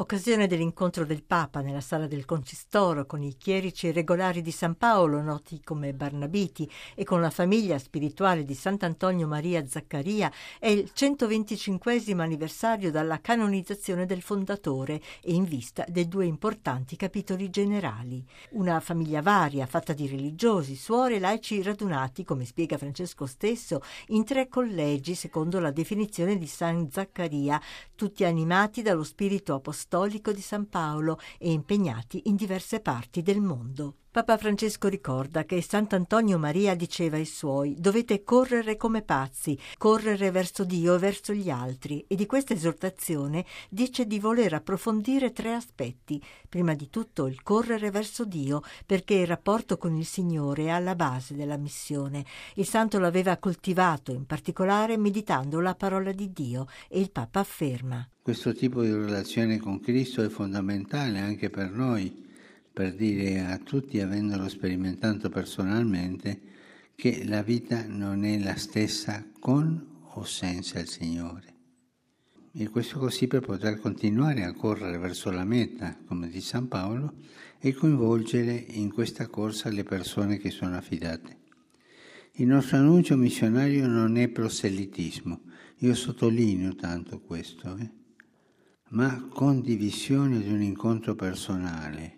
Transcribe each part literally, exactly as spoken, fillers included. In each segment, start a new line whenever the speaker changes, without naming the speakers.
Occasione dell'incontro del Papa nella sala del Concistoro con i chierici regolari di San Paolo, noti come Barnabiti, e con la famiglia spirituale di Sant'Antonio Maria Zaccaria, è il centoventicinquesimo anniversario dalla canonizzazione del fondatore e in vista dei due importanti capitoli generali. Una famiglia varia, fatta di religiosi, suore e laici radunati, come spiega Francesco stesso, in tre collegi secondo la definizione di San Zaccaria, tutti animati dallo spirito apostolico Apostolico di San Paolo e impegnati in diverse parti del mondo. Papa Francesco ricorda che Sant'Antonio Maria diceva ai suoi: dovete correre come pazzi, correre verso Dio e verso gli altri, e di questa esortazione dice di voler approfondire tre aspetti. Prima di tutto il correre verso Dio, perché il rapporto con il Signore è alla base della missione. Il santo l'aveva coltivato, in particolare meditando la parola di Dio, e il Papa afferma:
questo tipo di relazione con Cristo è fondamentale anche per noi, per dire a tutti, avendolo sperimentato personalmente, che la vita non è la stessa con o senza il Signore. E questo così per poter continuare a correre verso la meta, come di San Paolo, e coinvolgere in questa corsa le persone che sono affidate. Il nostro annuncio missionario non è proselitismo, io sottolineo tanto questo, eh? ma condivisione di un incontro personale.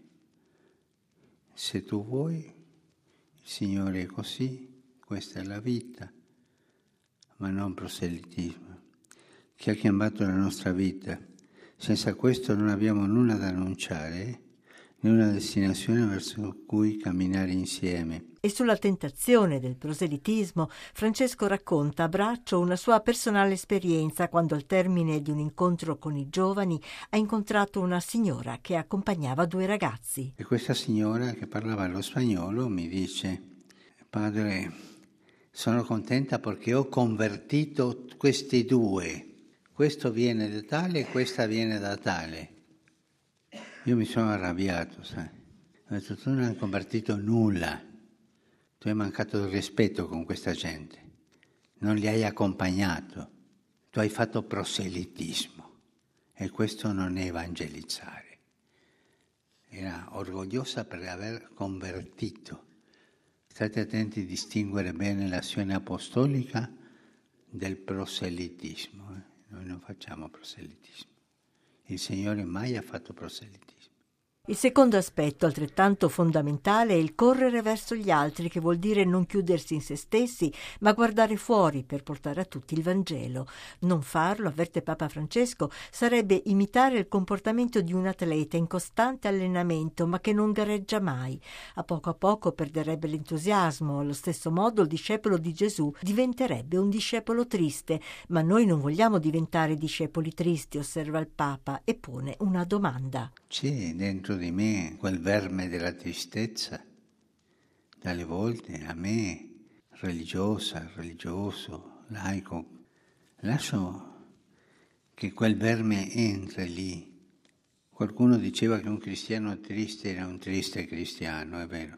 Se tu vuoi, il Signore è così, questa è la vita, ma non proselitismo, che ha chiamato la nostra vita. Senza questo non abbiamo nulla da annunciare, né una destinazione verso cui camminare insieme.
E sulla tentazione del proselitismo, Francesco racconta a braccio una sua personale esperienza quando al termine di un incontro con i giovani ha incontrato una signora che accompagnava due ragazzi.
E questa signora, che parlava lo spagnolo, mi dice: padre, sono contenta perché ho convertito questi due. Questo viene da tale e questa viene da tale. Io mi sono arrabbiato, sai. Ho detto: tu non hai convertito nulla. Tu hai mancato il rispetto con questa gente, non li hai accompagnato, tu hai fatto proselitismo e questo non è evangelizzare. Era orgogliosa per aver convertito. State attenti a distinguere bene l'azione apostolica del proselitismo. Eh? Noi non facciamo proselitismo. Il Signore mai ha fatto proselitismo.
Il secondo aspetto, altrettanto fondamentale, è il correre verso gli altri, che vuol dire non chiudersi in se stessi, ma guardare fuori per portare a tutti il Vangelo. Non farlo, avverte Papa Francesco, sarebbe imitare il comportamento di un atleta in costante allenamento, ma che non gareggia mai. A poco a poco perderebbe l'entusiasmo. Allo stesso modo il discepolo di Gesù diventerebbe un discepolo triste, ma noi non vogliamo diventare discepoli tristi, osserva il Papa, e pone una domanda.
C'è dentro di me quel verme della tristezza, dalle volte a me, religiosa, religioso, laico, lascio che quel verme entri lì. Qualcuno diceva che un cristiano triste era un triste cristiano, è vero,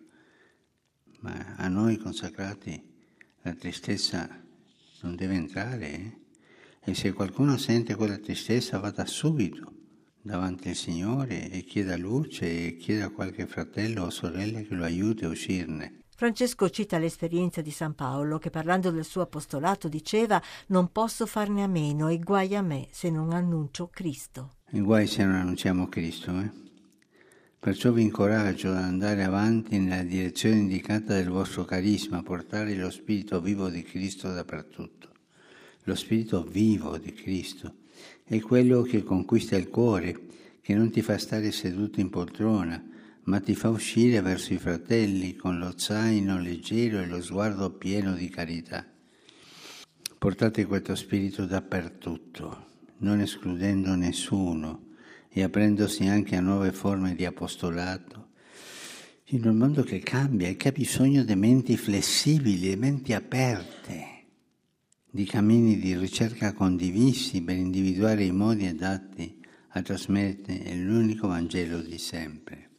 ma a noi consacrati la tristezza non deve entrare, eh? E se qualcuno sente quella tristezza vada subito davanti al Signore e chieda luce e chieda a qualche fratello o sorella che lo aiuti a uscirne.
Francesco cita l'esperienza di San Paolo che, parlando del suo apostolato, diceva: non posso farne a meno e guai a me se non annuncio Cristo.
E guai se non annunciamo Cristo, eh? Perciò vi incoraggio ad andare avanti nella direzione indicata del vostro carisma, portare lo spirito vivo di Cristo dappertutto. Lo spirito vivo di Cristo è quello che conquista il cuore, che non ti fa stare seduto in poltrona, ma ti fa uscire verso i fratelli con lo zaino leggero e lo sguardo pieno di carità. Portate questo spirito dappertutto, non escludendo nessuno e aprendosi anche a nuove forme di apostolato, in un mondo che cambia e che ha bisogno di menti flessibili, di menti aperte, di cammini di ricerca condivisi per individuare i modi adatti a trasmettere l'unico Vangelo di sempre.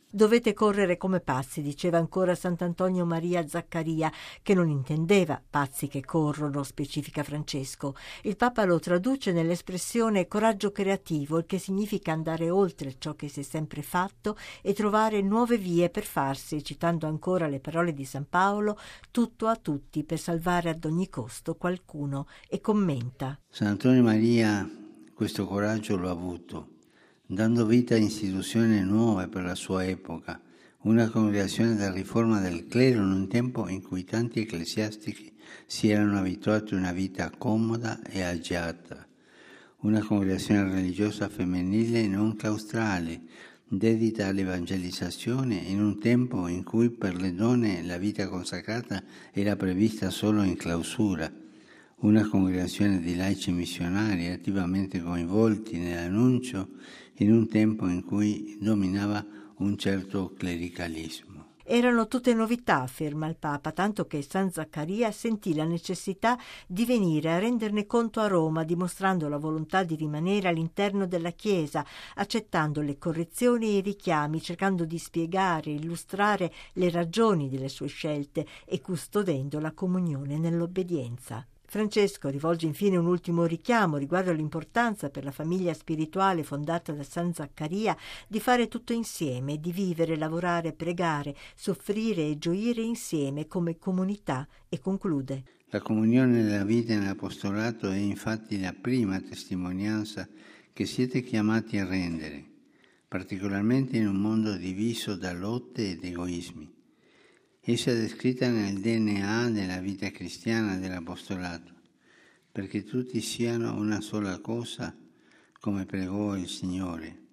Dovete correre come pazzi, diceva ancora Sant'Antonio Maria Zaccaria, che non intendeva pazzi che corrono, specifica Francesco. Il Papa lo traduce nell'espressione coraggio creativo, il che significa andare oltre ciò che si è sempre fatto e trovare nuove vie per farsi, citando ancora le parole di San Paolo, tutto a tutti per salvare ad ogni costo qualcuno, e commenta.
Sant'Antonio Maria questo coraggio l'ha avuto, dando vita a istituzioni nuove per la sua epoca, una congregazione della riforma del clero in un tempo in cui tanti ecclesiastici si erano abituati a una vita comoda e agiata, una congregazione religiosa femminile non claustrale, dedita all'evangelizzazione in un tempo in cui per le donne la vita consacrata era prevista solo in clausura, una congregazione di laici missionari attivamente coinvolti nell'annuncio in un tempo in cui dominava un certo clericalismo.
Erano tutte novità, afferma il Papa, tanto che San Zaccaria sentì la necessità di venire a renderne conto a Roma, dimostrando la volontà di rimanere all'interno della Chiesa, accettando le correzioni e i richiami, cercando di spiegare e illustrare le ragioni delle sue scelte e custodendo la comunione nell'obbedienza. Francesco rivolge infine un ultimo richiamo riguardo all'importanza per la famiglia spirituale fondata da San Zaccaria di fare tutto insieme, di vivere, lavorare, pregare, soffrire e gioire insieme come comunità, e conclude.
La comunione della vita nell'apostolato è infatti la prima testimonianza che siete chiamati a rendere, particolarmente in un mondo diviso da lotte ed egoismi. Essa è descritta nel D N A della vita cristiana dell'apostolato, perché tutti siano una sola cosa, come pregò il Signore,